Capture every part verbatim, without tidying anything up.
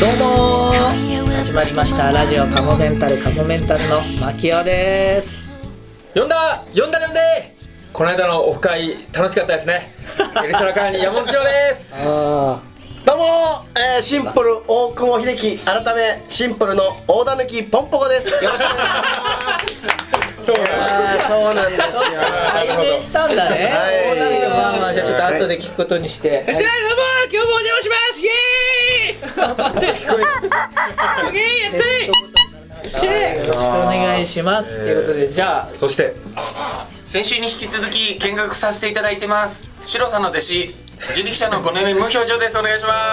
どうもー、始まりましたラジオカモメンタルカモメンタルの牧雄です。 呼んだ呼んだ呼んでこの間のオフ会楽しかったですね。エルシャラカーニ山本翔です。 あどうもー、えー、シンプル大久保秀樹改めシンプルの大田抜ポンポコです。よろしくお願いしますそうなんです。 そうなんですよ。 解明したんだね。大波でまあまあじゃあちょっと後で聞くことにして。はい、どうも今日もお邪魔しますイエーイすげえやったいよろしくお願いします、えー、ということでじゃあそして先週に引き続き見学させていただいてますシロさんの弟子人力車のごねんめ無表情です。お願いします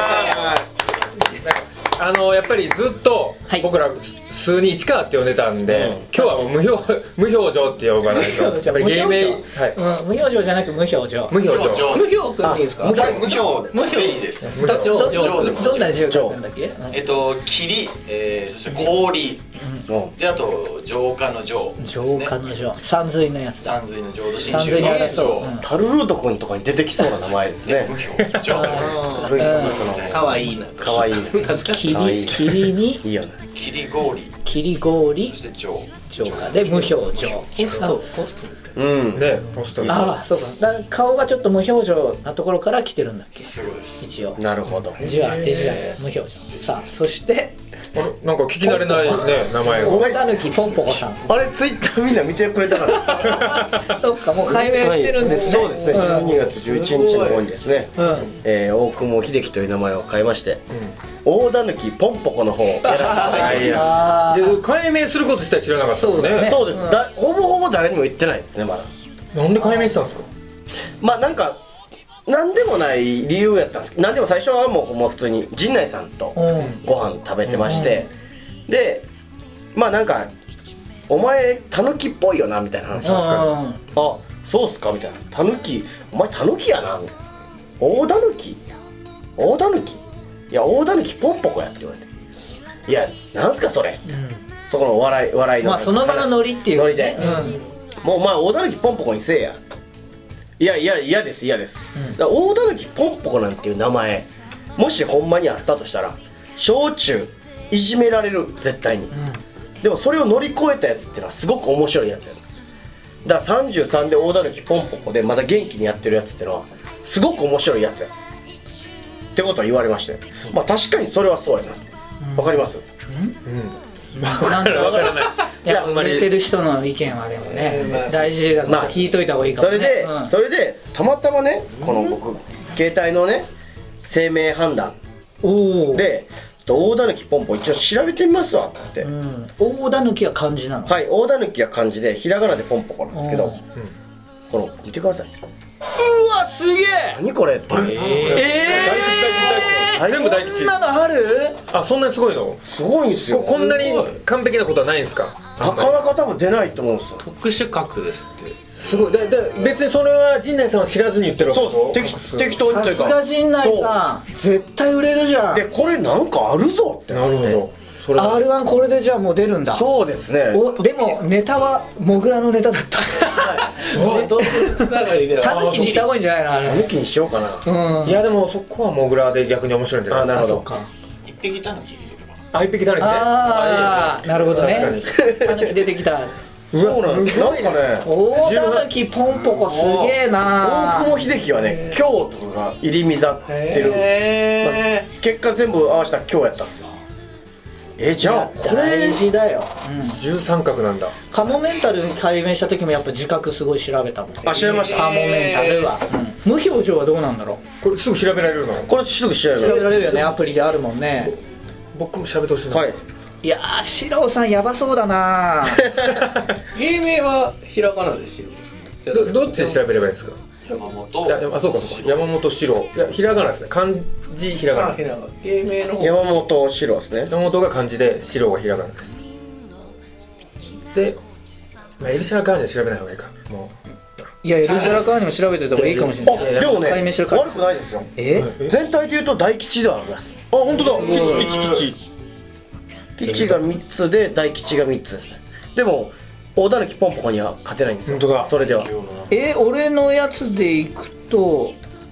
あのやっぱりずっと僕ら数に市川って呼んでたんで、うん、今日はもう無表無表情って呼ばないとやっぱり芸名、はいうん、無表情じゃなく無表情無表情無表くんでいいですか。 無表無表無表でいいです。 無表どどんな字を書くんだっけ。 えっと霧、えー、そして氷、うん、であと浄化の浄、ね、 浄化の浄山水のやつだ。 山水の浄土真山水に争う、 うん、タルルート君とかに出てきそうな名前ですね。 無表情古いとかそのかわいいなかわいいな霧霧にいいよね。 霧氷霧氷そして浄浄化で無表情ポストポストみたいなうんねポストああそうかだから顔がちょっと無表情なところから来てるんだっけ。 そうです。 一応なるほど字は手字だよ無表情。さあそしてあれなんか聞き慣れないね名前が大田抜ポンポコさんあれツイッターみんな見てくれたからそっかもう解明してるんですね、 はい、そうですね、じゅうにがつじゅういちにちの方にですね、 うんえー、大久保秀樹という名前を変えまして、うん、大田抜ポンポコの方をやらせていただいてで解明すること自体知らなかったもんね。 そうねそうです、 うん、 だほぼほぼ誰にも言ってないですねまだ。 なんで解明したんですか。 まあなんかなんでもない理由やったんですけど、なんでも最初はもうほんま普通に陣内さんとご飯食べてまして、うん、でまあなんかお前タヌキっぽいよなみたいな話ですから、うん、あそうっすかみたいな。タヌキお前タヌキやな大田抜き大田抜きいや大田抜ポンポコやって言われていやなんすかそれ、うん、そこの笑い笑いのまあその場のノリっていう、ね、 ノリで、うん、もうお前大田抜ポンポコにせえやいやいや嫌です嫌です、うん、だから大田抜ポンポコなんていう名前もしほんまにあったとしたら小中いじめられる絶対に、うん、でもそれを乗り越えたやつっていうのはすごく面白いやつやだからさんじゅうさんで大田抜ポンポコでまだ元気にやってるやつっていうのはすごく面白いやつやってことは言われまして、まあ確かにそれはそうやなわ、うん、かります、うんうんなんかわからないいや売れてる人の意見はでもね、えーまあ、大事だから聞いといた方がいいかもね。それで、 うん、それでたまたまねこの僕、うん、携帯のね生命判断で大田抜ポンポ一応調べてみますわって、うん、 大田抜は漢字なの。 はい大田抜は漢字でひらがなでポンポコなんですけど、うん、この見てください。 うわすげえ何これって。えー、 えー、全部大吉。 そんなのある？ あそんなにすごいの？ すごいんですよ。 こんなに完璧なことはないんですか？ なかなか多分出ないと思うんですよ。 特殊格ですって。 すごい。でで別にそれは陣内さんは知らずに言ってるわけでしょ？ そう適適当にというか。 さすが陣内さん絶対売れるじゃん。 でこれなんかあるぞってなって。なるほど。 アールワン これでじゃあもう出るんだ。 そうですね。 おでもネタはモグラのネタだった。 動物つながりでタヌキにした方がいいんじゃないのあれ。 タヌキにしようかな、 うん、 いやでもそこはモグラで逆に面白いんじゃないですか。 あなるほどか一匹タヌキ入れてくればあ一匹タヌキね。 ああなるほどね。タヌキ出てきた。 そうなんです。なんかね大田抜ポンポコすげえな。 大久保秀樹はね京とかが入り乱ってる、まあ、結果全部合わせたら京やったんですよ。えじゃあこれ大事だよ、 うん、十三角なんだ。 カモメンタルに解明した時もやっぱ自覚すごい調べたもん。 あ調べました。 カモメンタルは、うん、無表情はどうなんだろう。 これすぐ調べられるの？ これすぐ調べられる。 調べられるよねアプリであるもんね。 僕も調べてほしいな。 はい。 いやーシロさんやばそうだな。 芸名はひらがなでシロですか？どどっちで調べればいいですか？ 山本。 いやあそうかそうか山本シロ。いやひらがなですね。漢字ひらがな。 ひらがな。芸名の方。 山本シロですね。 山本が漢字でシロがひらがなです。で、まあ、エルシャラカーニは調べない方がいいか。もういやエルシャラカーニも調べてた方がいいかもしれない。 あでもね解明してる悪くないですよ。 え全体で言うと大吉ではあります。あ本当だ。吉吉吉。吉がみっつで大吉がみっつですね。でも大田抜ポンポコには勝てないんですよ。 本当だ。 それではえ俺のやつでいくと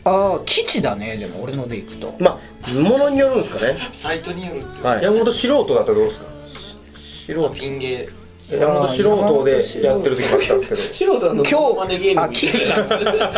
ああ基地だね。でも俺のでいくとまあものによるんですかね。 サイトによるって。 はい。 山本素人だとどうですか？ 素人ピン芸。 山本素人でやってる時もあったんですけど、 シロさんの今日マネ芸人あ基地なんです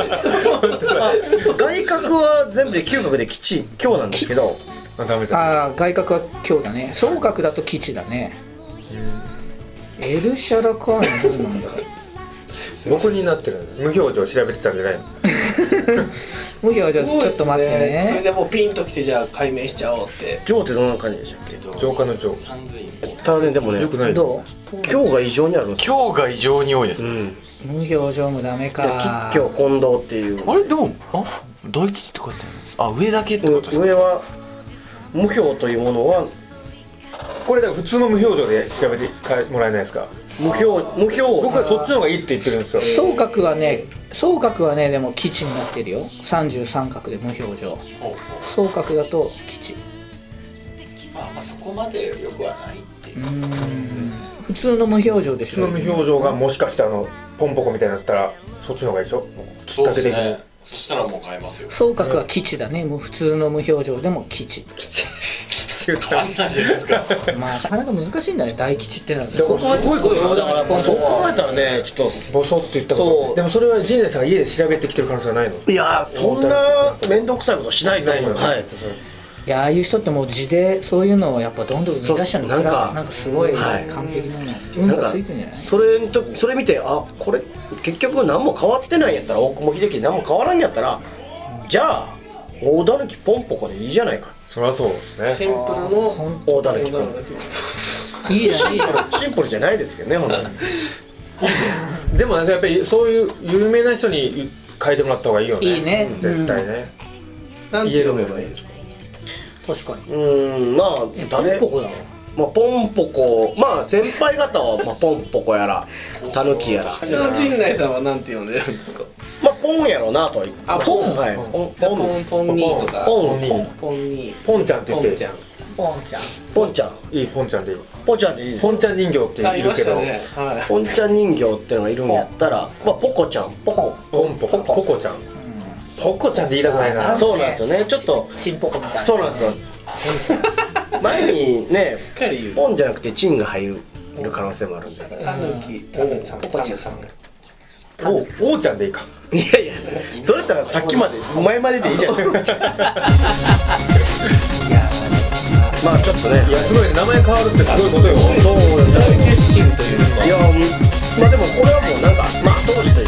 外角は全部できゅう角で基地強なんですけど、 あダメだ。 ああ外角は強だね。双角だと基地だね。エルシャラカーニどうなんだろう。 僕になってる無表情調べてたんじゃないの？ 無表情ちょっと待ってそれね。 でもうピンときてじゃあ解明しちゃおうって。 ジョーってどんな感じでしたっけ？ 浄化の浄。 三髄。 ただねでもねよくない。 ど強が異常にあるんですよ。 今日が異常に多いです。 うん。 う無表情もダメか。 吉凶近藤っていう。 あれでもあ大吉って書いてあるんです。あ上だけってことですか？ 上は無表というものはこれだから普通の無表情で調べてもらえないですか？ 無表無表。 僕はそっちの方がいいって言ってるんですよ。 双角はね双角はねでも基地になってるよ。さんじゅうさん角で無表情。双角だと基地。 まあまあそこまでよくはないっていうう。 ーん普通の無表情でしょ。 普通の無表情がもしかしてあのポンポコみたいになったらそっちの方がいいでしょ？きっかけ的に。 そしたらもう変えますよ。 双角は基地だね。もう普通の無表情でも基地。 きちきちあんなじゃないですか。 まあなかなか難しいんだね大吉ってなると。 でもすごいことよ。 だからそう考えたらねちょっとボソって言ったこそうと。でもそれは陣内さんが家で調べてきてる可能性はないの？ いやーそんな面倒くさいことしないと思う。 ないよねはい。 いやああいう人ってもう字でそういうのをやっぱどんどん生み出しちゃうの。 そうなんかなんかすごいはい完璧なの運がついてんじゃない？ それとそれ見てあこれ結局何も変わってないんやったら大久保秀樹何も変わらんやったらじゃあ大狸ポンポコでいいじゃないか。 そりゃそうですね。 シンプルの大狸ポンポいいじゃんいいじゃん。 コシンプルじゃないですけどね本当に。 でもやっぱりそういう有名な人に書いてもらった方がいいよね。 いいね絶対ね。 なんて読めばいいですか？ 確かに。 うーんまあ誰ポンポコだわ。 まあポンポコまあ先輩方はまあポンポコやらタヌキやらその陣内さんはなんて呼んでるんですか？ まあポンやろうなとは言って。 あポンはい。 ポンポンポンポンニーとかポンポンポンニーポンちゃんって言ってポンちゃんポンちゃん。 ポンちゃんいいポンちゃんでいい。 ポンちゃんでいいですポンちゃん人形ってあいいるけど、 ましたね。はい。 ポンちゃん人形ってのがいるんやったらまあポコちゃんポコポンポコポコちゃんポコちゃんって言いたくないな。 そうなんですよねちょっとチンポコみたいな。 そうなんですよ前にねしっかり言う。 ポンじゃなくてチンが入る可能性もあるんで。 タヌキタヌさんタヌさん。 おおーちゃんでいいか。 いやいやそれやったらさっきまで前まででいいじゃないですか。まあちょっとねいやすごいね名前変わるってすごいことよ。 そう大決心というか。 いやまあでもこれはもうなんかまあ後押しという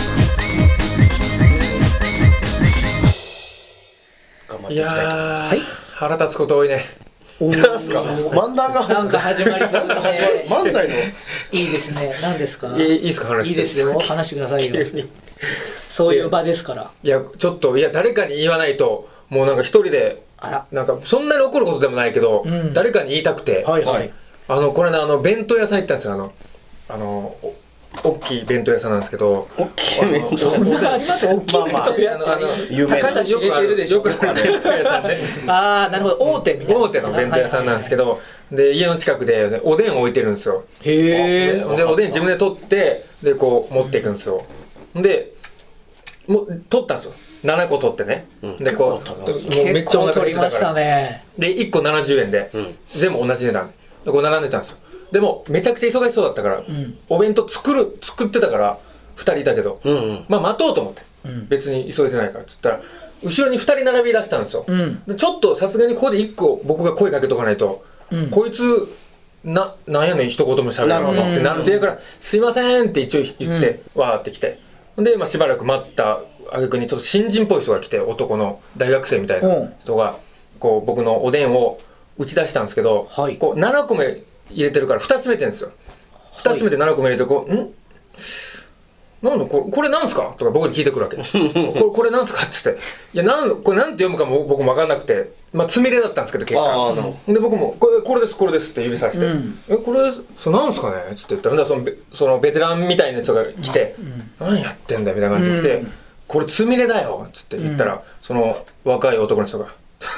か頑張っていいやきたいとー、 はい腹立つこと多いね。 思いますか漫談がなんか始まりそうだね。 漫才のいいですね。何ですか？ いいいいですか話して。 いいですよ。話してくださいよ。そういう場ですから。 いやちょっといや誰かに言わないともうなんか一人であら。 なんかそんなに怒ることでもないけど、 うん誰かに言いたくて、 はいはいあのこれねあの弁当屋さん行ったんですよ。あのあのお大きい弁当屋さんなんですけど、 大きい弁当そんなあります大きい弁当屋さん。 有名な高田知れてるでしょ。 よくある弁当屋さんでああなるほど大手みたいな。 大手の弁当屋さんなんですけど、で家の近くでおでんを置いてるんですよ。 へえ。 でおでん自分で取ってでこう持っていくんですよ。でも取ったんですよ。ななこ取ってね、 うんでこう結構食べますもうめっ結ちゃお腹構取りまし減ってたからたね。 でいっこななじゅうえんで、 うん全部同じ値段でこう並んでたんですよ。でもめちゃくちゃ忙しそうだったから、 んお弁当作る作ってたからふたりいたけど、 うんうんまあ待とうと思って、 うん別に急いでないからっつったら後ろにふたり並び出したんですよ、 うんでちょっとさすがにここでいっこ僕が声かけとかないと、 うんこいつななんやねん一言もしゃべらなるほどってなると言うから「すいません」って一応言って、わーって来てで、まあ、しばらく待った挙句にちょっと新人っぽい人が来て男の大学生みたいな人がこう僕のおでんを打ち出したんですけど、 はいこうななこめ入れてるからふたつめてるんですよ。ふたつめてななこめ入れてこう「んなんだこれこれなんすか?」とか僕に聞いてくるわけこれこれなんすか?」っつって「いやなんこれなんて読むかも僕も分かんなくてまあつみれだったんですけど結あ果ーなるほで僕もこれ「これですこれです」って指さして「 うんえこれそれなんすかね?」っつって言ったらそのベそのベテランみたいな人が来て「何やってんだよ」みたいな感じで来てうん 「これつみれだよ」っつって言ったら、その若い男の人が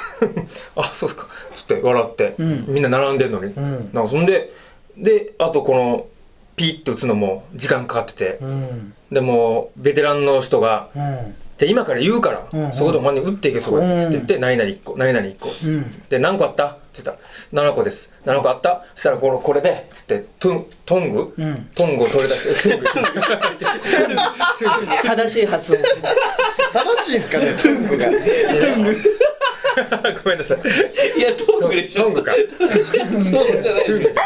「あそうっすか」っつって笑って、 んみんな並んでんのに、 んなんかそんでであとこのピッと打つのも時間かかってて、 うんでもベテランの人がうんじゃあ今から言うから、 うんうんそこでお前に打っていけそこで、つって言って何々いっこ何々いっこ、 うんで何個あったって言ったらななこですななこあったそしたらこのこれでつってトントング、 うんトングを取り出して正しい発音正しいんですかねトングがトングごめんなさいいやトングでしょトングかそうじゃないですよ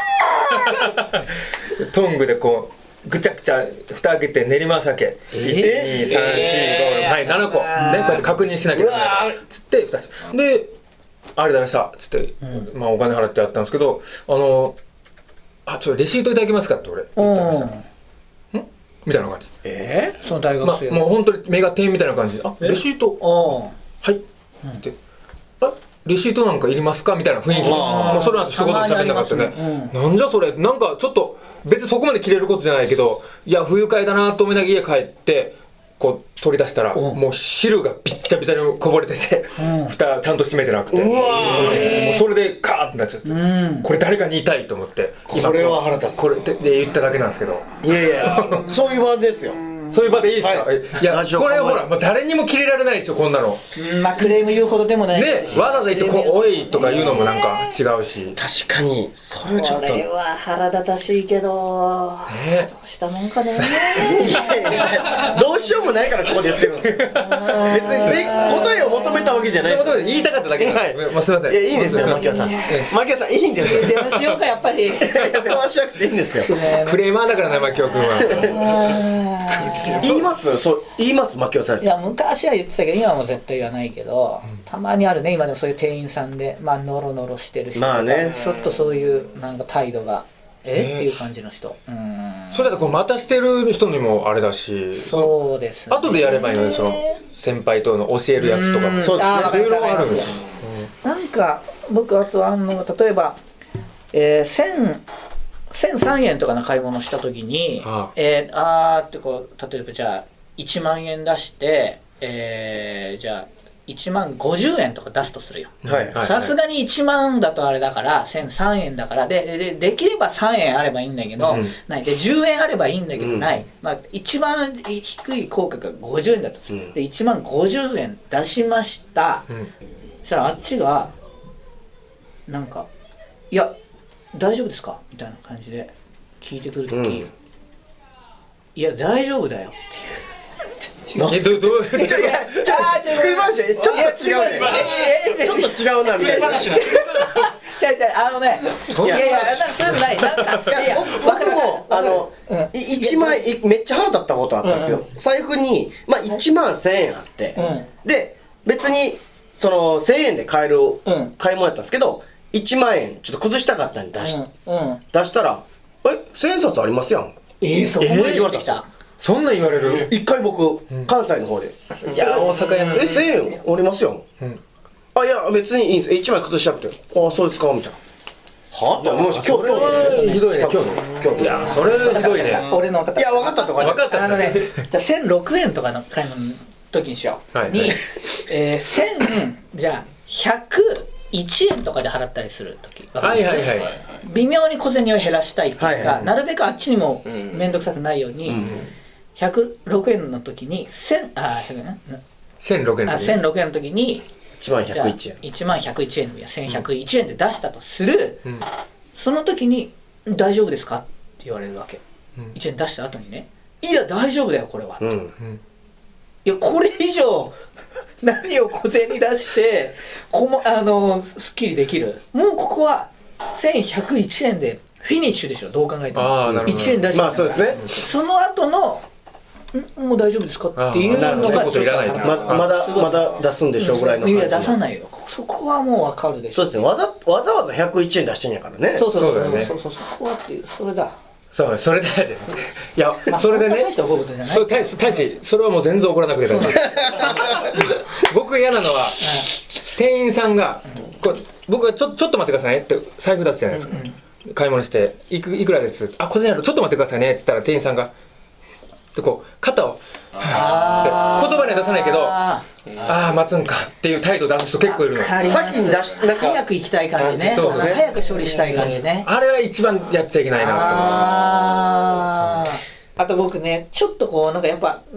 トングでこうぐちゃぐちゃ蓋開けて練り回すわけいちにさんよんごはいななこねこうやって確認しなきゃいけないつってふたつでありがとうございましたつってまあお金払ってやったんですけどあのあちょっとレシートいただけますかって俺言ったんですよんみたいな感じえその大まあ学生もう本当に目が点みたいな感じであレシートあはいってあレシートなんかいりますかみたいな雰囲気もうその後一言も喋んなかったね、 うなんじゃそれなんかちょっと別にそこまで切れることじゃないけどいや不愉快だなと思いながら家帰ってこう取り出したらおもう汁がびっちゃびちゃにこぼれててうん蓋ちゃんと閉めてなくてうわもうそれでカーってなっちゃってうんこれ誰かに言いたいと思ってこれは腹立つこれでで言っただけなんですけどいやいやそういう場ですよそういう場でいいですか、 はいいやラジオこれほ構えらもう誰にも切れられないですよこんなのうんまあクレーム言うほどでもないねわざわざ言ってこう「おい」とか言うのもなんか違うし確かにそれはちょっことれは腹立たしいけどねどうしたもんかねいやいやどうしようもないからここで言ってるんですよ別にせ答えを求めたわけじゃないですよ言いたかっただけはいまあすいませんいやいいですよ牧野さん牧野さんいいんですよ電話しようかやっぱりいやいや電話しなくていいんですよクレーマーだからな牧尾君は言いますそう言います牧野さんいや昔は言ってたけど今はもう絶対言わないけど、たまにあるね今でもそういう店員さんでまあノロノロしてる人とか、 まあねちょっとそういうなんか態度がえっていう感じの人うんそれだとこう待たせてる人にもあれだしそうですね後でやればいいのにその先輩との教えるやつとかもうんそうですねあーわかりますわかりますいろいろあるんですよなんか僕あとあの例えば、えー、千せんさんえんとかの買い物した時にああえー、あーってこう例えばじゃあいちまんえん出してえー、じゃあいちまんごじゅうえんとか出すとするよはいはいさすがにいちまんだとあれだからせんさんえんだからででできればさんえんあればいいんだけど、 うんないでじゅうえんあればいいんだけど、 うんない、まあ、一番低い効果がごじゅうえんだと、 うんでいちまんごじゅうえん出しました、 うんそしたらあっちがなんか「いや大丈夫ですか?」みたいな感じで聞いてくるとき、 うんいや大丈夫だよ」っていうえどどういやいやちょあー違う作りましたよちょっと違うねええちょっと違うなみたいな違う違うあのねいやいやなんかそういうのないなんかいやいや僕もあのうんいいちまんいめっちゃ腹立ったことあったんですけど財布にまあいちまんせんえんあってうで別にそのせんえんで買えるうん買い物やったんですけどいちまんえんちょっと崩したかったんで出しうんうん出したら「え千円札ありますやん」 えー、そこまで言ってきた、 そんなん言われる一回僕関西の方でいや大阪や 「 なえ千円ありますよ」 うんあいや別にいいんですいちまい崩したくて「あそうですか」みたいなはあって思いました京都はひどいね京都京都いやそれひどいね俺の分かったいや分かったとか分かったあのねじゃあせんろくえんとかの買い物の時にしよう、 はいはいに、えー、せんじゃあひゃくいちえんとかで払ったりする時はいはいはい微妙に小銭を減らしたいっていうか、 はいはいなるべくあっちにもん面倒くさくないように、 んひゃくろくえんの時に1000あひゃくねせんろくえんのあ時せんろくえんの時にいちまんひゃくいちえんいちまんひゃくいちえんいやせんひゃくいちえんで出したとする、 うんその時に「大丈夫ですか?」って言われるわけ、 うんいちえん出した後にね「いや大丈夫だよこれは」 うんいやこれ以上何を小銭出してこもあのすっきりできるもうここはせんひゃくいちえんでフィニッシュでしょどう考えてもあーなるほどいちえん出してまあそうですねその後のんもう大丈夫ですかっていうのがあーなるほどちょっと一言いらないとままだまだ出すんでしょうぐらいのい感じや出さないよそこはもう分かるでしょそうですねわざわざわざひゃくいちえん出してんやからねそうそうそうそうだよねそうそうそこはっていうそれだそうそれでいやまあそれでねんな大した怒ることじゃないそう大し大しそれはもう全然怒らなくて大丈夫僕が嫌なのは店員さんがこう僕がちょちょっと待ってくださいねって財布出すじゃないですか、買い物していくいくらですあ小銭あるちょっと待ってくださいねっつったら店員さんがでこう肩をあー言葉には出さないけどあああ待つんかっていう態度出す人結構いるのわかります先に出しなんか早く行きたい感じねそうですね早く処理したい感じねあれは一番やっちゃいけないなと思うあーあと僕ねちょっとこうなんかやっぱ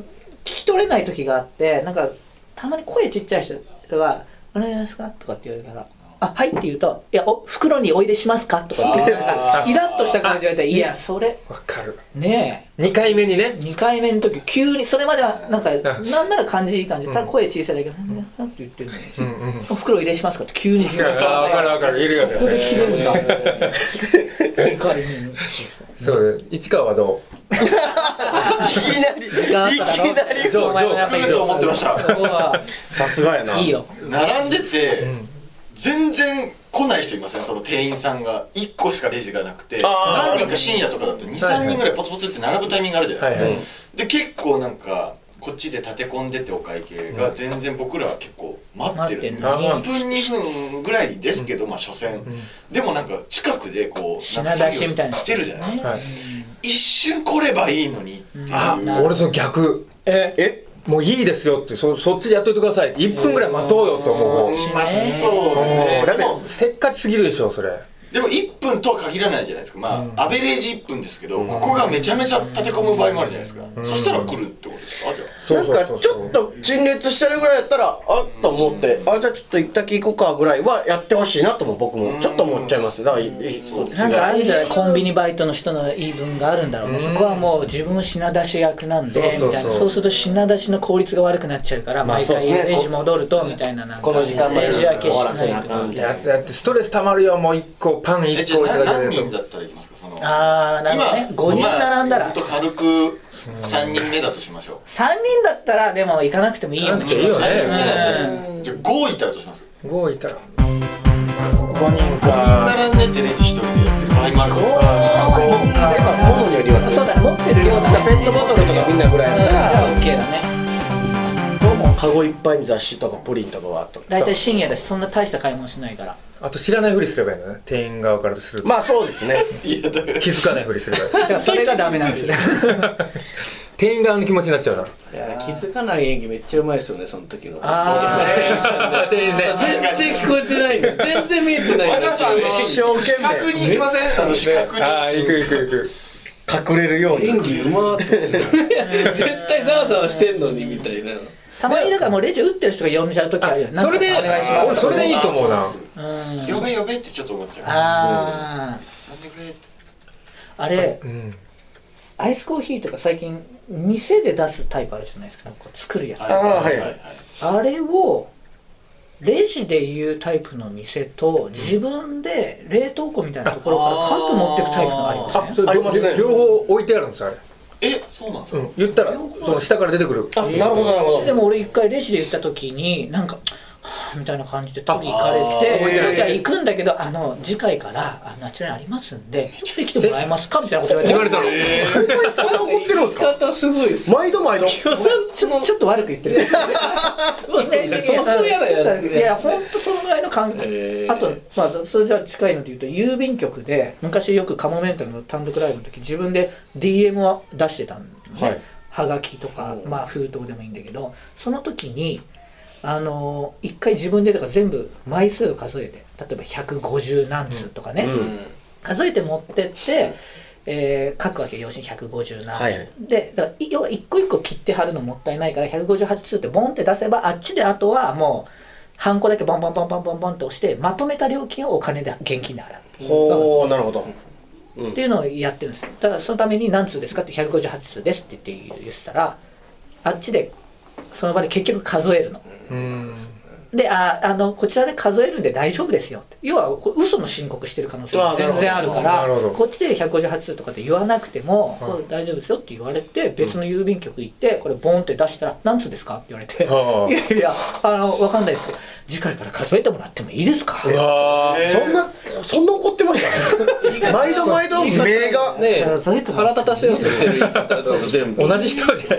き取れない時があって、なんかたまに声ちっちゃい人が「お願いしますか?」とかって言われたら「あはい」って言うと「いやお袋においでしますか?」とかってなんかイラッとした感じで言われたら「いやそれわかるねえ」 にかいめにねにかいめの時急にそれまではなんかなんなら感じいい感じで、ただ声小さいだけど「何って言ってるのに「お袋入れしますか?」って急に自分あ分かる分かるいるよねそこで切れるんだにかいめにそう市川はどういきなり時間あっただろいきなりジョーお前もやっぱり来ると思ってましたそこはさすがやないいよ並んでて、全然来ない人いません？その店員さんがいっこしかレジがなくて、 あー何人か深夜とかだとにさんにんぐらいポツポツって並ぶタイミングあるじゃないですか、 はいはいで結構なんかこっちで立て込んでてお会計が全然僕らは結構待ってるんで、 待ってんのにいっぷんにふんぐらいですけど、まあ所詮、でもなんか近くでこう品なんか出しみたいなしてるじゃないですか、 はい一瞬来ればいいのにっていう、 あ俺その逆ええもういいですよってそそっちでやっといてくださいっていっぷんぐらい待とうよと思ううんまあそうですね。 だってでもせっかちすぎるでしょそれでもいっぷんとは限らないじゃないですか。まあ、アベレージいっぷんですけど、ここがめちゃめちゃ立て込む場合もあるじゃないですか、そしたら来るってことですか？じゃあそうそうなんかそうそうちょっと陳列してるぐらいやったらあっと思ってあじゃあちょっと一旦行こうかぐらいはやってほしいなとも僕もちょっと思っちゃいますだからいいそうですなんかあるんじゃないコンビニバイトの人の言い分があるんだろうね、そこはもう自分品出し役なんでそうそうそうみたいな、そうすると品出しの効率が悪くなっちゃうから毎回そうですねレジ戻るとみたいな、なんかこの時間までレジ開けし終わらせなないとかあかんみたいなだってだってストレスたまるよもういっこパンいっえじゃあこ置いてだけでな何人だったら行きますか？そのあーなるほどねごにん並んだら、 まあほんと軽くさんにんめだとしましょう。 さんにんだったらでも行かなくてもいいような気がするいいよねうんじゃあごいたらどうします？ ごいたらごにんか並んでてレジひとりでやってる場合もあるあーやっぱ物によりはそうだね持ってる量だねペットボトルとかみんなぐらいだったらじゃあ OK だねカゴいっぱいに雑誌とかプリンとかはあっと大体深夜だしそんな大した買い物しないからあと知らないふりすればいいんだね店員側からするとまあそうですねいやだから気づかないふりすればいいだからそれがダメなんですよ店員側の気持ちになっちゃうないや気づかない演技めっちゃうまいですよねその時のあ店員ね全然聞こえてないの全然見えてないのなんかあの一生懸視覚命に行きません？あの視覚にああ行く行く行く隠れるように演技うまーって絶対ざわざわしてんのにみたいなたまにだからもうレジ打ってる人が呼んじゃう時あるよね。 それでなんかお願いします俺それでいいと思うなうん呼べ呼べってちょっと思っちゃう。 あ呼んでくれって。 ああれうんアイスコーヒーとか最近店で出すタイプあるじゃないですか、なんか作るやつああはいはいあれをレジで言うタイプの店と自分で冷凍庫みたいなところから各持ってくタイプのがありますね。 それありますね両方置いてあるんですあれえ、そうなんですか？ うん言ったらその下から出てくるあなるほどなるほどでも俺一回レジで言った時になんかはぁみたいな感じで取り行かれあてーいや行くんだけどあの次回からあのあちらにありますんでちょっと来てもらえますかみたいなこと言われて言われたのそんな怒ってるんですか方すごいっす毎度毎度ちょちょっと悪く言ってる相当嫌だよちょっといや本当そのぐらいの感覚へーあとまあそれじゃ近いので言うと郵便局で昔よくカモメンタルの単独ライブの時自分で ディーエム を出してたんで、ねはいはがきとか、まあ、封筒でもいいんだけどその時にあの一回自分でだから全部枚数を数えて例えばひゃくごじゅう何通とかね、 うん数えて持ってって、えー書くわけ用紙にひゃくごじゅう何通、 はいはいでだから要は一個一個切って貼るのもったいないからひゃくごじゅうはち通ってボンって出せばあっちであとはもうハンコだけボンボンボンボンボンボンって押してまとめた料金をお金で現金で払うほうなるほどっていうのをやってるんですよ。だからそのために何通ですかってひゃくごじゅうはち通ですって言って言ってたらあっちでその場で結局数えるの。 うんでああのこちらで数えるんで大丈夫ですよって要はこれ嘘の申告してる可能性が全然あるからなるほどこっちでひゃくごじゅうはち通とかって言わなくても、 はいこれ大丈夫ですよって言われて別の郵便局行ってこれボンって出したら何通ですかって言われて、 はあいやいやあの分かんないですけど次回から数えてもらってもいいですかうわーそんなそんな怒ってました毎度毎度目がねえ数えてもらって腹立たせようとしてる言い方だと全部同じ人じゃない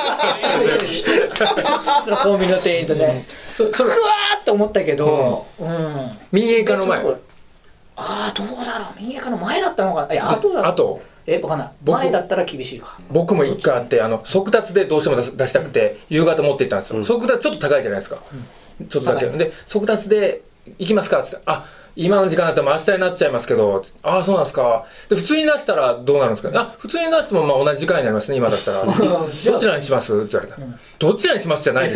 そのコンビニの店員とねそそれうわーって思ったけど、うん民営化の前ああどうだろう民営化の前だったのかないや後だあとえわかんない僕前だったら厳しいか僕も一回あってあの速達でどうしても出す出したくて夕方持って行ったんですよ、 うん速達ちょっと高いじゃないですか、ちょっとだけ高いで速達で行きますかって言ってあ今の時間だったらもう明日になっちゃいますけど、ああそうなんですか。で普通に出したらどうなるんですか。あ普通に出してもまあ同じ時間になりますね今だったら。どちらにしますって言われた。うん、どちらにしますじゃないです。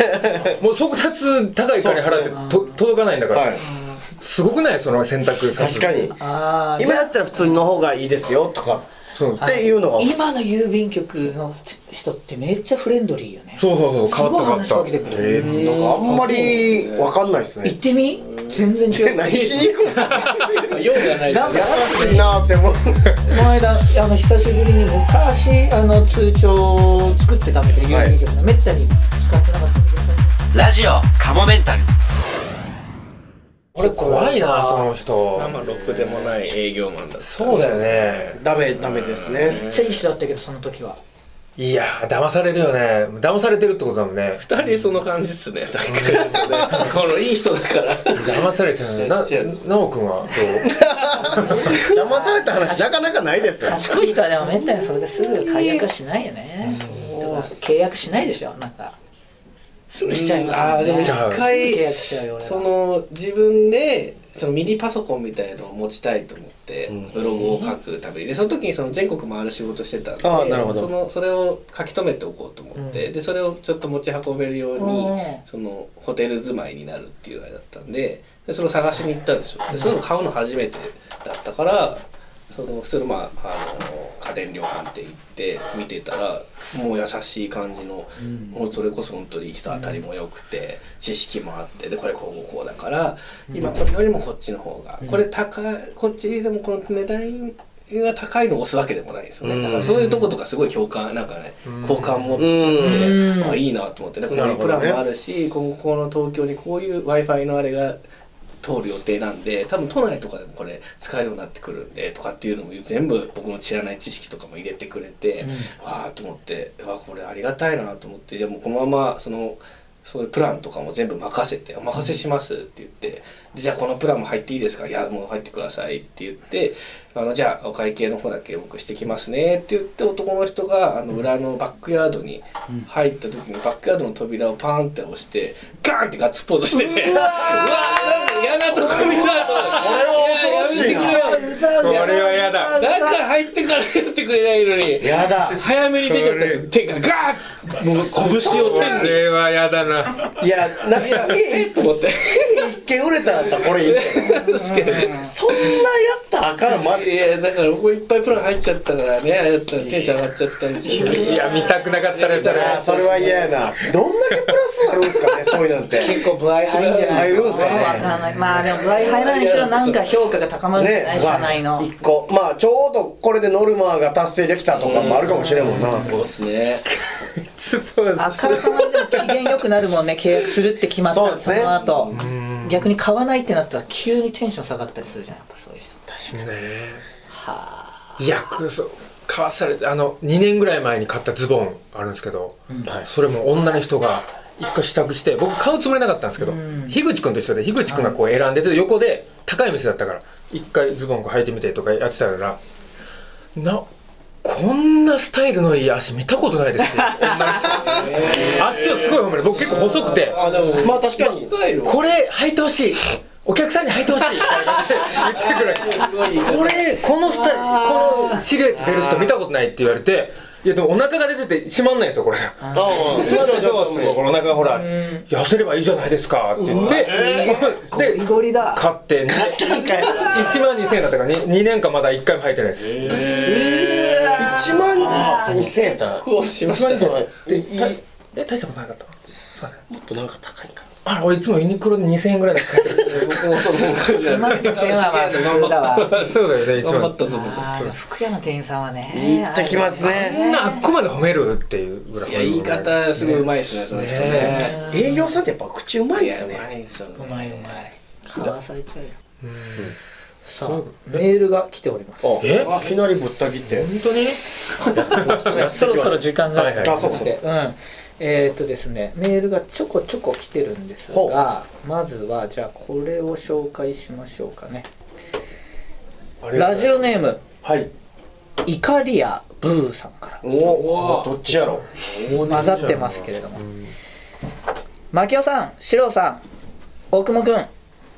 もう速達高い金払ってと届かないんだから。はい、すごくないその選択。 確かに。あ今だったら普通の方がいいですよとか。っていうのが今の郵便局の人ってめっちゃフレンドリーよね。 そうそうそう、変わった変わった。 えー、なんかあんまり分かんないですね。 行ってみ全然違う。 何しに行くんですか。 用がない。 なんか優しいなって思う。この間あの久しぶりに昔あの通帳を作ってためてる郵便局がめったに使ってなかったんですよ。 ラジオカモメンタル。 俺怖いなその人。 まあろくでもない営業マンだった。 そうだよね。 ダメダメですね。 めっちゃいい人だったけどその時は。 いやー騙されるよね。騙されてるってことだもんね。 二人その感じっすね。さっきからね。このいい人だから。 騙されちゃうね。な、なおくんはどう？騙された話なかなかないですよ。 賢い人はでもめったにそれですぐ解約はしないよね。とか契約しないでしょなんか。すぐしちゃいますもんね。あでも一回契約しちゃうよ俺は。 その自分でそのミニパソコンみたいのを持ちたいと思ってブログを書くためにでその時にその全国回る仕事してたんで、 あなるほどそのそれを書き留めておこうと思って、うん、でそれをちょっと持ち運べるように、うん、そのホテル住まいになるっていうあれだったんで、でそれを探しに行ったんですよ。でそういうの買うの初めてだったから。その普通のまああの家電量販店行って見てたらもう優しい感じの、うん、もうそれこそ本当に人当たりも良くて知識もあってでこれこうこうだから、うん、今これよりもこっちの方が、うん、これ高いこっちでもこの値段が高いのを押すわけでもないですよね。だからそういうとことかすごい共感なんかね好感持ってて、あいいなと思ってだからこういうプランもあるし今後の東京にこういう Wi-Fi のあれが通る予定なんで多分都内とかでもこれ使えるようになってくるんでとかっていうのも全部僕の知らない知識とかも入れてくれて、うん、わーと思ってわこれありがたいなと思ってじゃあもうこのままそのそういうプランとかも全部任せてお任せしますって言ってでじゃあこのプランも入っていいですかいやもう入ってくださいって言ってあのじゃあお会計の方だけ僕してきますねって言って男の人があの裏のバックヤードに入った時にバックヤードの扉をパーンって押してガーンってガッツポーズしててうわー嫌なとこ見たこれは恐ろしいなこれは嫌だだから入ってからやってくれないのにやだ早めに出ちゃったんですよ手がガーッもう拳を手にこれは嫌だないやなんかえっと思って一見売れたらこれいいけどそんなやったらあかんまいやだから僕いっぱいプラン入っちゃったからねあれだったらテンション上がっちゃったんですよいや見たくなかったらじゃないそれは嫌やなどんだけプラスあるんですかねそういうのって結構歩合入るんじゃない入るんですかねわからないまあでも歩合入らない人はなんか評価が高まるんじゃない、ね、社内の一個まあちょうどこれでノルマが達成できたとかもあるかもしれんもんなそうですねあからさまにでも機嫌良くなるもんね契約するって決まったら そ,、ね、その後逆に買わないってなったら急にテンション下がったりするじゃんやっぱそういう人確かにねはあいやそう買わされてあのにねんぐらい前に買ったズボンあるんですけど、うん、それも女の人が一回試着して僕買うつもりなかったんですけど、うん、樋口くんと一緒で樋口くんがこう選んでて横で高い店だったから一回ズボンこう履いてみてとかやってたからなこんなスタイルのいい足見たことないですって足をすごい褒める僕結構細くてあでもまあ確かにこれ履いてほしいお客さんに履いてほしいみたいな感じで言ってくるこれこのスタイルこのシルエット出る人見たことないって言われていやでもお腹が出てて閉まんないんですよこれああ閉まってそうこのお腹がほら痩せればいいじゃないですかって言ってでゴリゴリだ買っていちまんにせんえんだったからにねんかんまだいっかいも履いてないですえー、いちまんにせんえんだったこうしましたねえ大したことなかったもっとなんか高いかあ俺いつもユニクロでにせんえんぐらいで買ってる僕もそのいちまんにせんえんはまあ普通だわそうだよね一番服屋の店員さんはね言ってきますねみんなあっこまで褒めるっていうぐらいいや言い方すごいうまいですねその人ね営業さんってやっぱ口うまいですねうまいうまい買わされちゃうよさあメールが来ておりますえいきなりぶった切って本当にそろそろ時間があってうんえーとですね、メールがちょこちょこ来てるんですがまずはじゃあこれを紹介しましょうかねラジオネームはいイカリアブーさんからおおどっちやろ混ざってますけれども牧雄さん、シロさん、大久保くん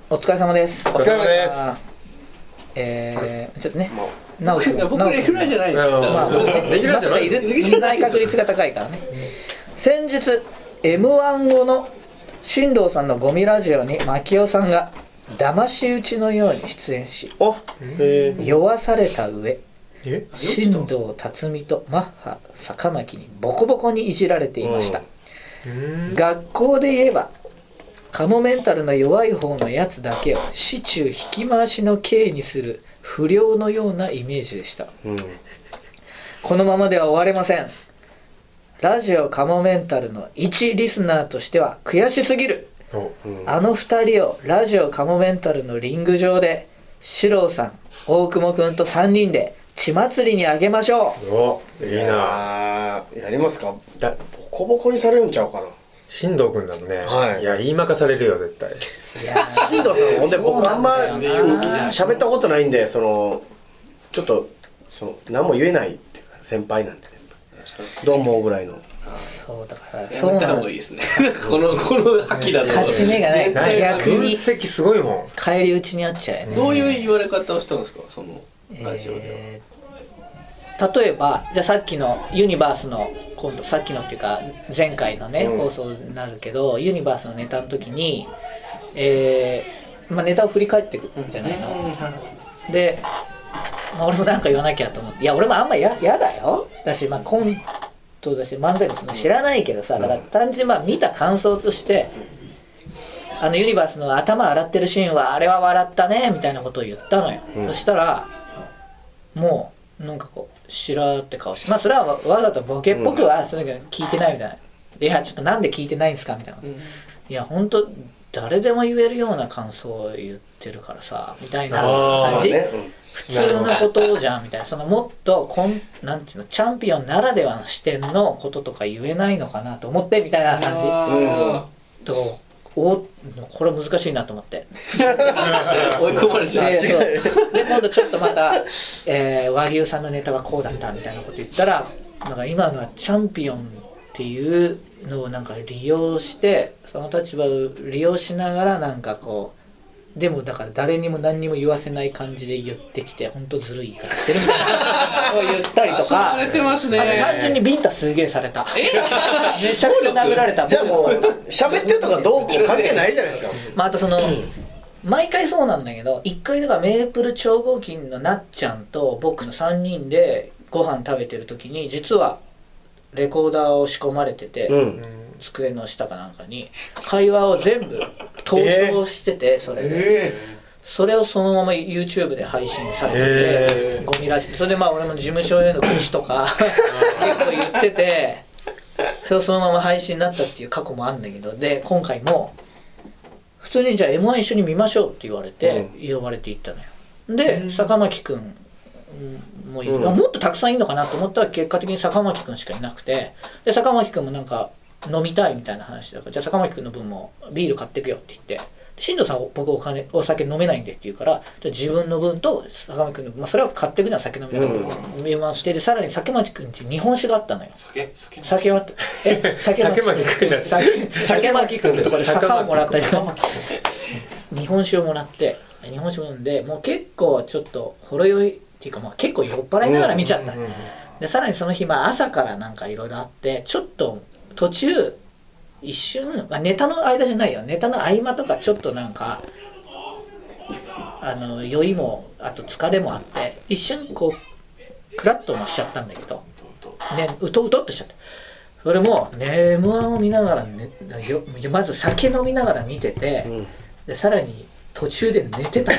お疲れ様です。 お疲れ様です。 えー、ちょっとね、直樹君、 僕レギュラーじゃないですよ。 まあ、 レギュラーじゃない。 いるいない確率が高いからね。先日 エムワン 後の進藤さんのゴミラジオに牧雄さんが騙し討ちのように出演し、酔わされた上、進藤辰巳とマッハ坂巻にボコボコにいじられていました。学校で言えばカモメンタルの弱い方のやつだけを市中引き回しの刑にする不良のようなイメージでした、うん、このままでは終われません。ラジオカモメンタルの一リスナーとしては悔しすぎる、うん、あの二人をラジオカモメンタルのリング上で四郎さん大久保くんとさんにんで血祭りにあげましょう。 おいいな。 やりますか。だボコボコにされるんちゃうかな。 進藤君だもんね、 はい、 いや言いまかされるよ絶対。 いや進藤さんほんで僕あんま喋ったことないんで、そのちょっとその何も言えないっていうか先輩なんでね、どう思うぐらいの。 そうだからそうなのがいいですね。このこの覇気だと勝ち目がない逆に分析すごいもん。 返り討ちにあっちゃうよね。 どういう言われ方をしたんですかそのラジオでは。 えー例えばじゃあさっきのユニバースの今度さっきのっていうか前回のね、うん、放送になるけどユニバースのネタの時に、えーまあ、ネタを振り返っていくんじゃないの、うん、で、まあ、俺もなんか言わなきゃと思っていや俺もあんまややだよだし、まあ、コントだし漫才もその知らないけどさだから単純にまあ見た感想としてあのユニバースの頭洗ってるシーンはあれは笑ったねみたいなことを言ったのよ、うん、そしたらもうなんかこうしらーって顔してまあそれはわざとボケっぽくはそれだけ聞いてないみたいな、いやちょっとなんで聞いてないんですかみたいな、うん、いやほんと誰でも言えるような感想を言ってるからさみたいな感じ、ねうん、普通のことじゃんみたいなそのもっとこんなんていうのチャンピオンならではの視点のこととか言えないのかなと思ってみたいな感じ、うん、とおこれ難しいなと思って追い込まれちゃう。 で, そうで今度ちょっとまた、えー、和牛さんのネタはこうだったみたいなこと言ったらなんか今のはチャンピオンっていうのをなんか利用してその立場を利用しながらなんかこうでもだから誰にも何にも言わせない感じで言ってきて本当ずるい言い方してるみたいなを言ったりとかされてますね。 あと単純にビンタすげえされためちゃくちゃ殴られた。 じゃあもう喋ってるとかどうこう関係ないじゃないですか。 まああとその、うん、毎回そうなんだけどいっかいだからメープル超合金のなっちゃんと僕のさんにんでご飯食べてる時に実はレコーダーを仕込まれてて、うん、机の下かなんかに会話を全部登場してて、えー、それで、えー、それをそのまま YouTube で配信されてて、えー、ゴミラジオそれでまあ俺も事務所への口とか結構言っててそれをそのまま配信になったっていう過去もあるんだけどで今回も普通にじゃあ エムワン 一緒に見ましょうって言われて、うん、呼ばれて行ったのよで、うん、坂巻くんもういる、うん、もっとたくさんいるのかなと思ったら結果的に坂巻くんしかいなくてで坂巻くんもなんか飲みたいみたいな話だからじゃあ坂巻くんの分もビール買ってくよって言って新藤さん僕お金お酒飲めないんでって言うからじゃあ自分の分と坂巻くんの分、まあ、それは買ってくのは酒飲みだから見ましてでさらに坂巻くんち日本酒があったのよ酒酒酒はえ酒巻くんだ酒巻くんってとこで坂をもらったじゃん日本酒をもらって日本酒を飲んでもう結構ちょっとほろ酔いっていうかまあ結構酔っ払いながら見ちゃった、うんうんうん、でさらにその日、まあ、朝からなんかいろいろあってちょっと途中一瞬、まあ、ネタの間じゃないよネタの合間とかちょっとなんかあの酔いもあと疲れもあって一瞬こうクラッともしちゃったんだけどねうとうとっとしちゃったそれもね エムワン を見ながら、ね、まず酒飲みながら見てて、うん、でさらに途中で寝てた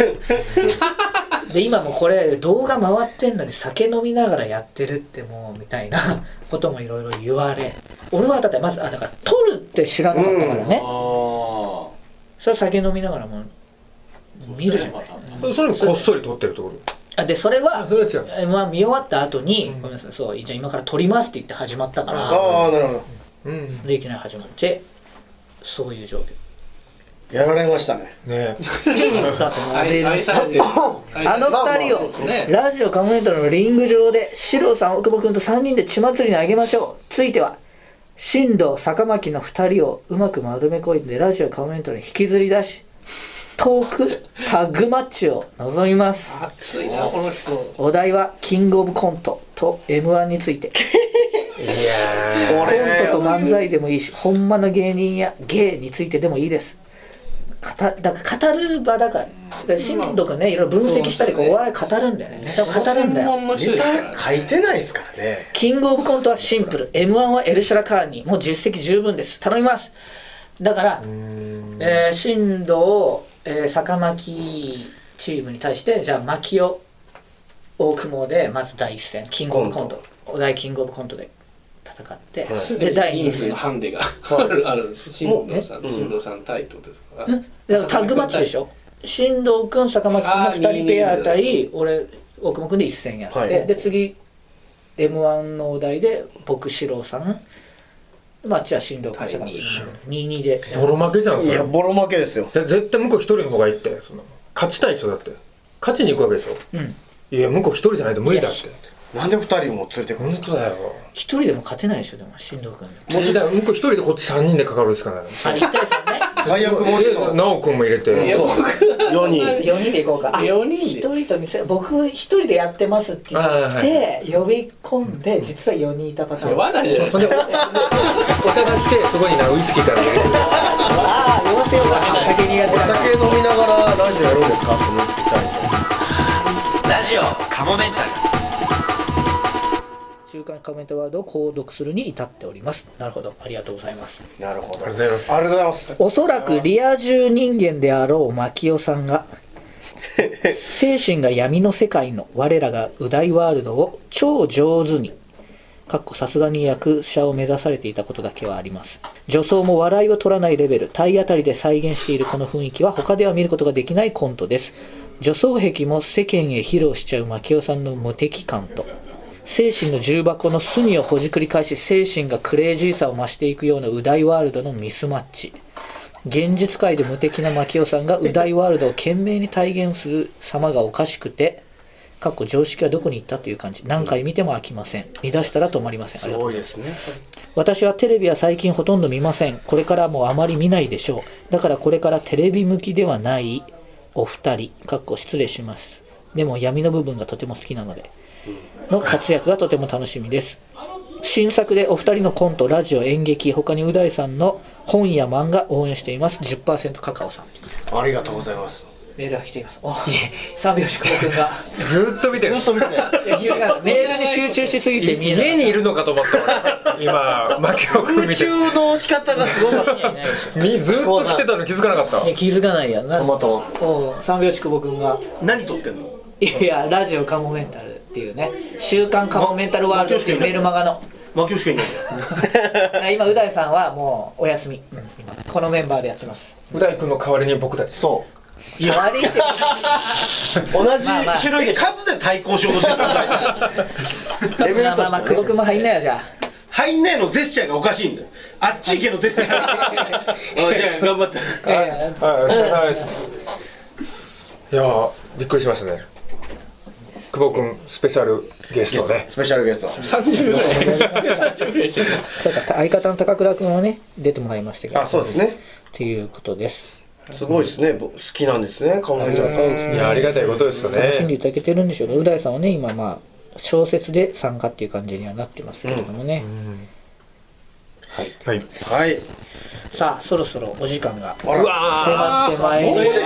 で今もこれ動画回ってんのに酒飲みながらやってるってもうみたいなこともいろいろ言われ俺はだってまずあだから撮るって知らなかったからね、うん、それは酒飲みながらも見るじゃん、 それそれもこっそり撮ってるところあでそれはそれは違うエムワン 見終わった後に、うん、ごめんなさいそうじゃあ今から撮りますって言って始まったからああなるほど、 うん、でいきなり始まってそういう状況やられましたね。 ねあの二人をラジオカモメンタルのリング上でシロさん大久保君とさんにんで血祭りにあげましょう。ついては進藤坂巻の二人をうまく丸め込んでラジオカモメンタルに引きずり出しトークタッグマッチを臨みます。 熱いなこの人。 お題はキングオブコントと エムワン について。 いやコントと漫才でもいいし、ほんまの芸人や芸についてでもいいです。かただから語る場だから、だから新藤君ね、いろいろ分析したりこうお笑い語るんだよね。ネタを語るんだよ。 ネタ書いてないですからね。 キングオブコントはシンプル、 エムワン はエルシャラカーニー、もう実績十分です。頼みます。だから、えー、新藤、えー、坂巻チームに対して、じゃあ牧雄大久保でまず第一戦キングオブコント、お題キングオブコントで戦って、はい、で第二戦のハンデがあるんです。新藤さん、新藤さん対ってことですか。 うん、だからタッグマッチでしょ。新藤君坂巻君のふたりペア対俺大久保君で一戦やって、はい、で次 エムワン のお題で僕四郎さん、マッチは新藤君坂巻君にたいにでボロ負けじゃん。それいやボロ負けですよ。 絶対向こう一人の方がいいって。その勝ちたい人だって、勝ちに行くわけでしょ。うん、いや向こう一人じゃないと無理だって。 なんで二人も連れてくるんですか。 本当だよ。 一人でも勝てないでしょ。でも新藤君もう向こう一人でこっち三人でかかるしかない。 あ、一対三ね。 最悪もう一人直君も入れてよにんよにんで行こうか。 よにんで一人と見せ僕一人でやってますって言って呼び込んで、実はよにんいたパターン。 わないじゃないですか。 お茶が来てそこになウイスキーから入れてああ酔わせようか。酒苦手お酒飲みながらラジオやるんですかって思ってきたラジオカモメンタル。 週刊カメントワードを購読するに至っております。なるほど、ありがとうございます。 なるほど、 ありがとうございます。 ありがとうございます。 おそらくリア充人間であろう牧雄さんが精神が闇の世界の我らがう大ワールドを超上手にかっこさすがに役者を目指されていたことだけはあります。女装も笑いを取らないレベル、体当たりで再現しているこの雰囲気は他では見ることができないコントです。女装癖も世間へ披露しちゃう牧雄さんの無敵感と精神の重箱の隅をほじくり返し精神がクレイジーさを増していくようなう大ワールドのミスマッチ。現実界で無敵な牧雄さんがう大ワールドを懸命に体現する様がおかしくて、かっこ常識はどこに行ったという感じ。何回見ても飽きません。見出したら止まりません。 すごいですね。 私はテレビは最近ほとんど見ません。これからもあまり見ないでしょう。だからこれからテレビ向きではないお二人、かっこ失礼します。でも闇の部分がとても好きなのでの活躍がとても楽しみです。新作でお二人のコント、ラジオ、演劇、他にう大さんの本や漫画応援しています。 じゅっパーセント カカオさん。 ありがとうございます。 メールが来ています。お三拍子久保君がずっと見てる。ずっと見てる。いやメールに集中しすぎて見えない。 家にいるのかと思った俺今牧雄君見てる。 空中の仕方がすごかった。 ずっと来てたの気づかなかった。 いや気づかないやな。 たまたま三拍子久保君が何撮ってんの。 いやラジオカモメンタルっていうね、週刊カモメンタルワールドっていうメールマガの牧雄しかいないんだよ。 今う大さんはもうお休み、うん、今このメンバーでやってます。 う大君の代わりに僕たち。 そう代わりって同じ種類で数で対抗しようとしてる。 まあまあまあ久保君も入んないよ。じゃあ入んないのジェスチャーがおかしいんだよ。あっち行けのジェスチャー。じゃあ頑張って。 はいはいはい。いやびっくりしましたね。久保君スペシャルゲストね。 スペシャルゲストさんじゅうぐらいさんじゅうぐらいしてる。 そうか、相方の高倉君はね出てもらいましたけど。 あ、そうですね。 っていうことです。 すごいですね。好きなんですね。考えたら。 そうですね。 いやありがたいことですよね。 楽しんでいただけてるんでしょうね。う大さんはね今まあ小説で参加っていう感じにはなってますけれどもね。うんうん、はいはいはい。 さあそろそろお時間がうわ迫ってまいりました。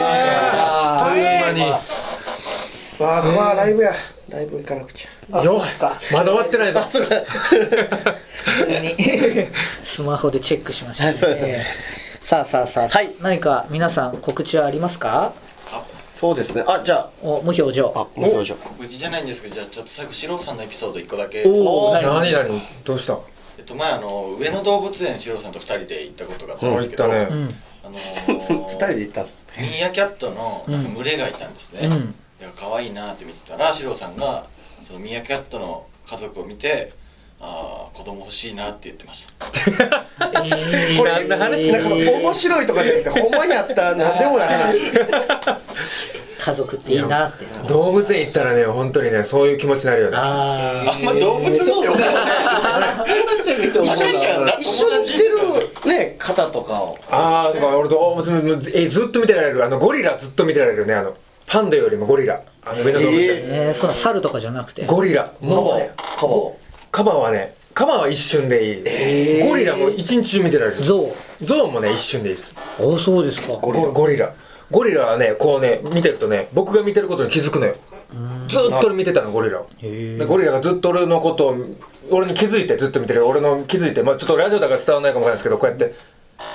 という間に。 わあ、まあライブや。ライブ行かなくちゃ。 あ、そうですか。 まだ終わってないぞ。 普通にスマホでチェックしましたね。えー、さあさあさあ、はい、何か皆さん告知はありますか？ そうですね。あ、じゃあお無表情。 あ、無表情。 告知じゃないんですけど、じゃあちょっと最後シロさんのエピソードいっこだけ。 おお、 何何どうした？ えっと前あの上野動物園シロさんとふたりで行ったことがあったんですけど、 うん、ね、 あのー、 ふたりで行ったんです。 ミーアキャットのなんか群れがいたんですね。うんうん、可愛いなって見てたらシロさんがそのミーアキャットの家族を見て、ああ子供欲しいなって言ってました。 えー、これ何の話？なんか面白いとかじゃなくてほんまにあったなんでもない話。 家族っていいなって。 動物園行ったらね本当にねそういう気持ちになるよね。 ああんま動物見て思わない。 一緒に一緒に来てるね方とかをああだから俺動物えずっと見てられるあのゴリラずっと見てられるねあのパンダよりもゴリラあの上の動物園、 えー、その猿とかじゃなくてゴリラもうねカバカバはねカバは一瞬でいい、えー、ゴリラも一日中見てられるゾウゾウもね一瞬でいいですおそうですかゴリラゴリラゴリラはねこうね見てるとね僕が見てることに気づくのよずっと見てたのゴリラをでゴリラがずっと俺のことを俺に気づいてずっと見てる俺の気づいてまあちょっとラジオだから伝わらないかもわかんないですけどこうやって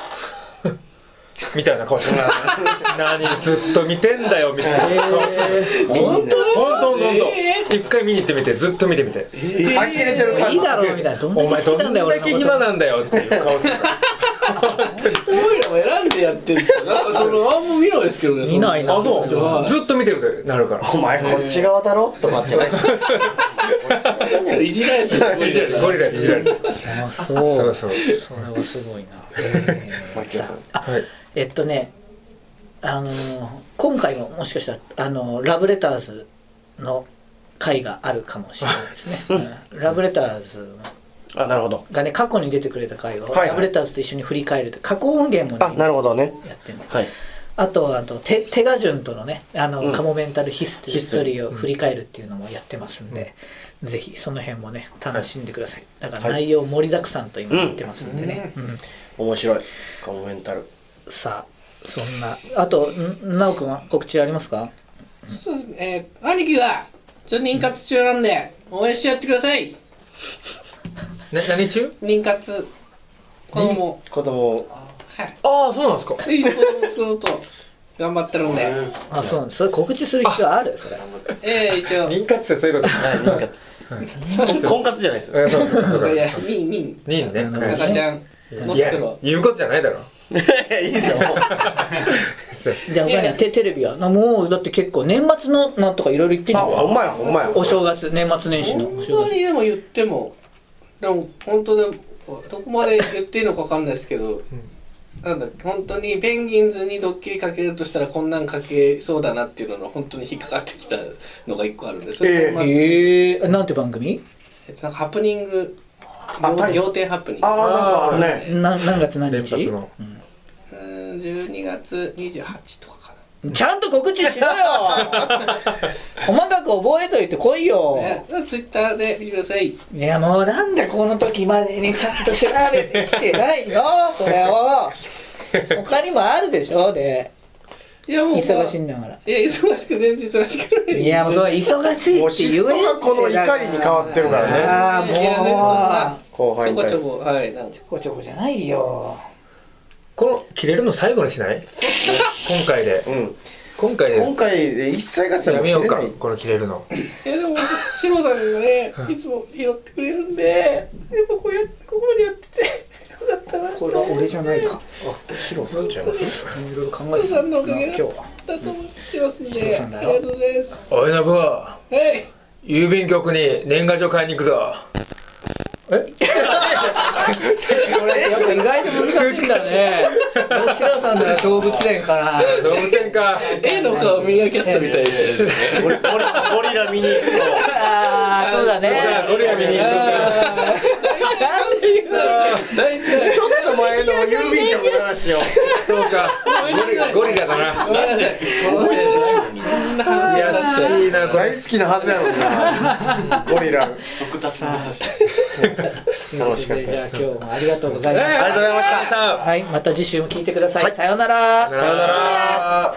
みたいな顔して何ずっと見てんだよみたいな顔して本当本当本当一回見に行ってみてずっと見てみて呆れてる感じいいだろうみたいなどんだお前け好きなんだよどんだけ暇なんだよっていう顔するおいらも選んでやってるんですよなんかそのあんま見ないですけどね見ないなあそうずっと見てるってなるからお前こっち側だろとかっていじられてるゴリラにいじられるあそうそうそうそれはすごいな、えー、さあ、 はいえっとねあのー、今回ももしかしたらあのー、ラブレターズの回があるかもしれないですね、うん、ラブレターズあなるほどがね過去に出てくれた回を、 はいはい、 ラブレターズと一緒に振り返ると過去音源もねあなるほどねやってるの、 はい、 あとあとテテガジュンとのねあの、 うん、 カモメンタルヒストリーを振り返るっていうのもやってますんで、うん、ぜひその辺もね楽しんでください、はい、だから内容盛りだくさんと今言ってますんでね、うんうんうん、面白いカモメンタルさあそんなあとなおくんは告知ありますか？ そうですね、えー、兄貴がちょっと妊活中なんで応援してやってください。 な何中？ 妊活子供子供はいああそうなんですかいい子供作ろうと頑張ってるんであそうなんですそれ告知する必要あるそれええー、一応妊活ってそういうことはい妊活婚活じゃないですよそうそうそういや妊妊妊ね赤ちゃんのいや作ろう言うことじゃないだろいいですよじゃあ他にはテテレビはもうだって結構年末のなんとかいろいろ言ってるあほんまやほんまやお正月年末年始の本当にでも言ってもでも本当でもどこまで言っていいのか分かんないですけど、うん、なんだ本当にペンギンズにドッキリかけるとしたらこんなんかけそうだなっていうのの本当に引っかかってきたのが一個あるんですえー、えー、なんて番組？ なんかハプニング仰天ハプニングああなんかあるねな何月何日？ のうん、じゅうにがつにじゅうはちとかかな。ちゃんと告知しろよ細かく覚えといてこいよ。 ツイッターで見てください。いやもうなんでこの時までにちゃんと調べてきてないのそれを他にもあるでしょでいやもう、まあ、 忙しいんだからいや忙しく全然忙しくないいやもうそれ忙しいって言えもうこの怒りに変わってるからねああもういや後輩ちょこちょこはいなんちょこちょこじゃないよこの切れるの最後にしない今回で、うん、今回で今回で一切合切やめようかこの切れるのいやでもシロさんがねいつも拾ってくれるんでやっぱこうやってここまでやっててよかったなこれは俺じゃないかあシロさんちゃいますいろいろ考えてたんだ今日はだと思ってますんでありがとうございますおいなぶはい郵便局に年賀状買いに行くぞえこれやっぱ意外と難しいんだねシロさんなら動物園から動物園か絵の顔ミーアキャットみたいでしたねゴリラ見に行くとああそうだねゴリラ見に行く大体ちょっと前の郵便局の話をそうかゴリラゴリラだなごめんなさいこのせいでこんな話いやしいなこれ大好きなはずやのになゴリラ速達の話楽しかったですじゃあ今日もありがとうございました、 ありがとうございましたはいまた次週も聞いてください、はい、さようならさようなら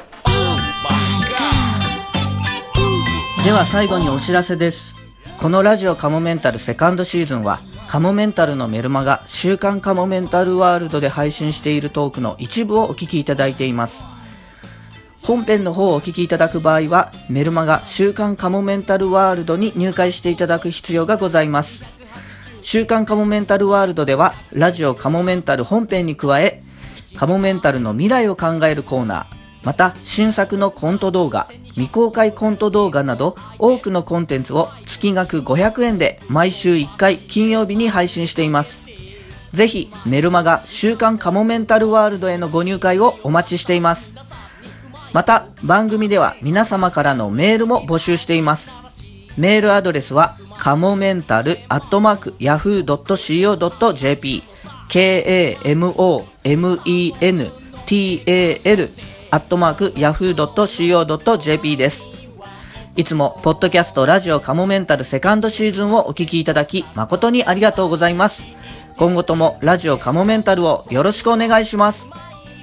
では最後にお知らせです。このラジオカモメンタルセカンドシーズンはカモメンタルのメルマガ週刊カモメンタルワールドで配信しているトークの一部をお聞きいただいています。本編の方をお聞きいただく場合はメルマガ週刊カモメンタルワールドに入会していただく必要がございます。週刊カモメンタルワールドではラジオカモメンタル本編に加えカモメンタルの未来を考えるコーナーまた新作のコント動画未公開コント動画など多くのコンテンツを月額ごひゃくえんで毎週いっかい金曜日に配信しています。ぜひメルマガ週刊カモメンタルワールドへのご入会をお待ちしています。また番組では皆様からのメールも募集しています。メールアドレスはカモメンタルアットマークヤフー ドット シーオー ドット ジェーピー ケーエーエムオーエムイーエヌティーエーエル アットマークヤフー ドット シーオー ドット ジェーピー です。いつもポッドキャストラジオカモメンタルセカンドシーズンをお聞きいただき誠にありがとうございます。今後ともラジオカモメンタルをよろしくお願いします。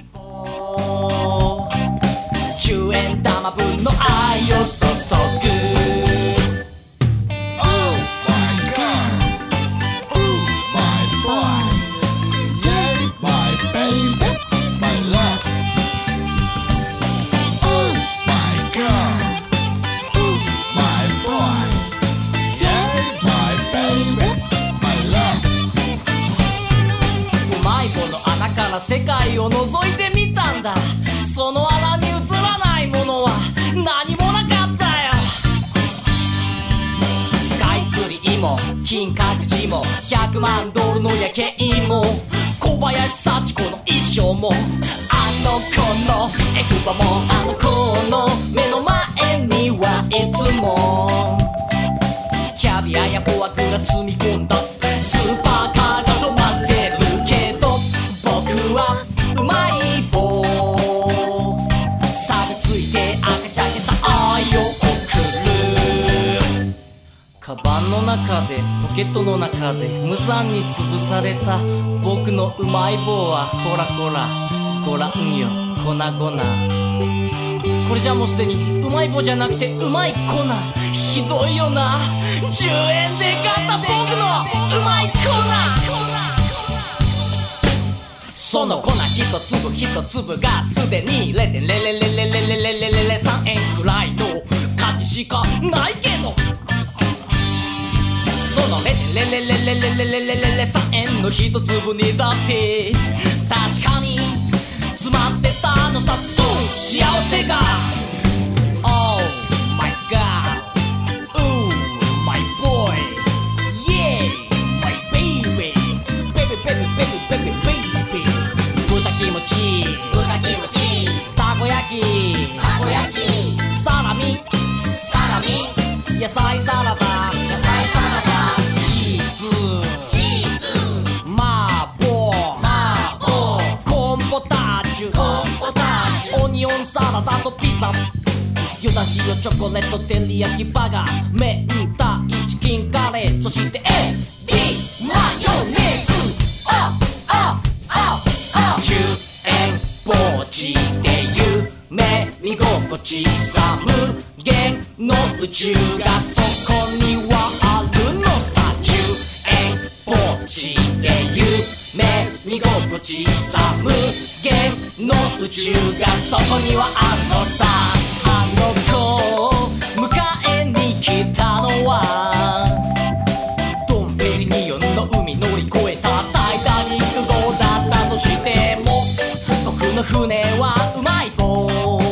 じゅうえん玉分の愛を注ぐ世界を覗いてみたんだ。その穴に映らないものは何もなかったよ。スカイツリーも金閣寺もひゃくまんドルの夜景も小林幸子の衣装もあの子のエクバもあの子の目の前にはいつもキャビアやフォアグラ積み込んだスーパーカーが止まってるけど僕はうまい棒錆びついて赤ちゃけた愛を送る。カバンの中でポケットの中で無残に潰された僕のうまい棒はほらほらごらんよ粉々。これじゃもうすでにうまい棒じゃなくてうまい粉。ひどいよな。じゅうえんで買った僕のうまい粉。その粉一粒一粒がすでに れいてんれいれいれいれいれいれいれいれいさんえんくらいの価値しかないけど、その れいてんれいれいれいれいれいれいれいさんえんの一粒にだって確かに詰まってたのさ、そう幸せが。 Oh my god Ooh my boy Yeah my baby Baby baby baby baby baby 豚キムチ豚キムチたこ焼きたこ焼きサラミサラミ野菜サラダ野菜サラダチーズチーズ麻婆麻婆コーンポタージュコーンポタージュオニオンサラダとピザ湯だしチョコレート照り焼きバーガー明太チキンカレーそしてエビマヨネーズああああじゅうえんポーチで夢見心地さ無限の宇宙がそこにはあるのさ。じゅうえんポーチで夢見心地さ無限の宇宙がそこにはあるのさ。あの子を迎えに来たのはドンペリニオンの海乗り越えたタイタニック号だったとしても僕の船はうまい棒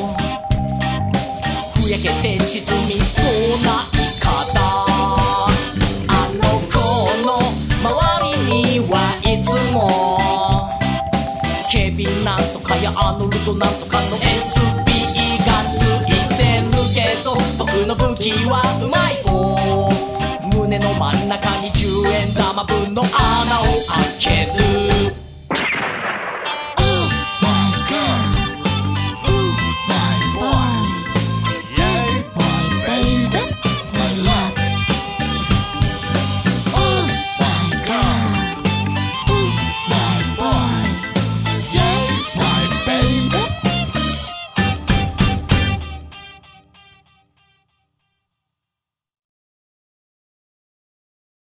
ふやけて沈みそうなイカだ。あの子の周りにはいつもケビンなんとかやアーノルドなんとかの エスピー がついてるけど僕の武器はうまい棒胸の真ん中にじゅうえん玉分の穴を開ける。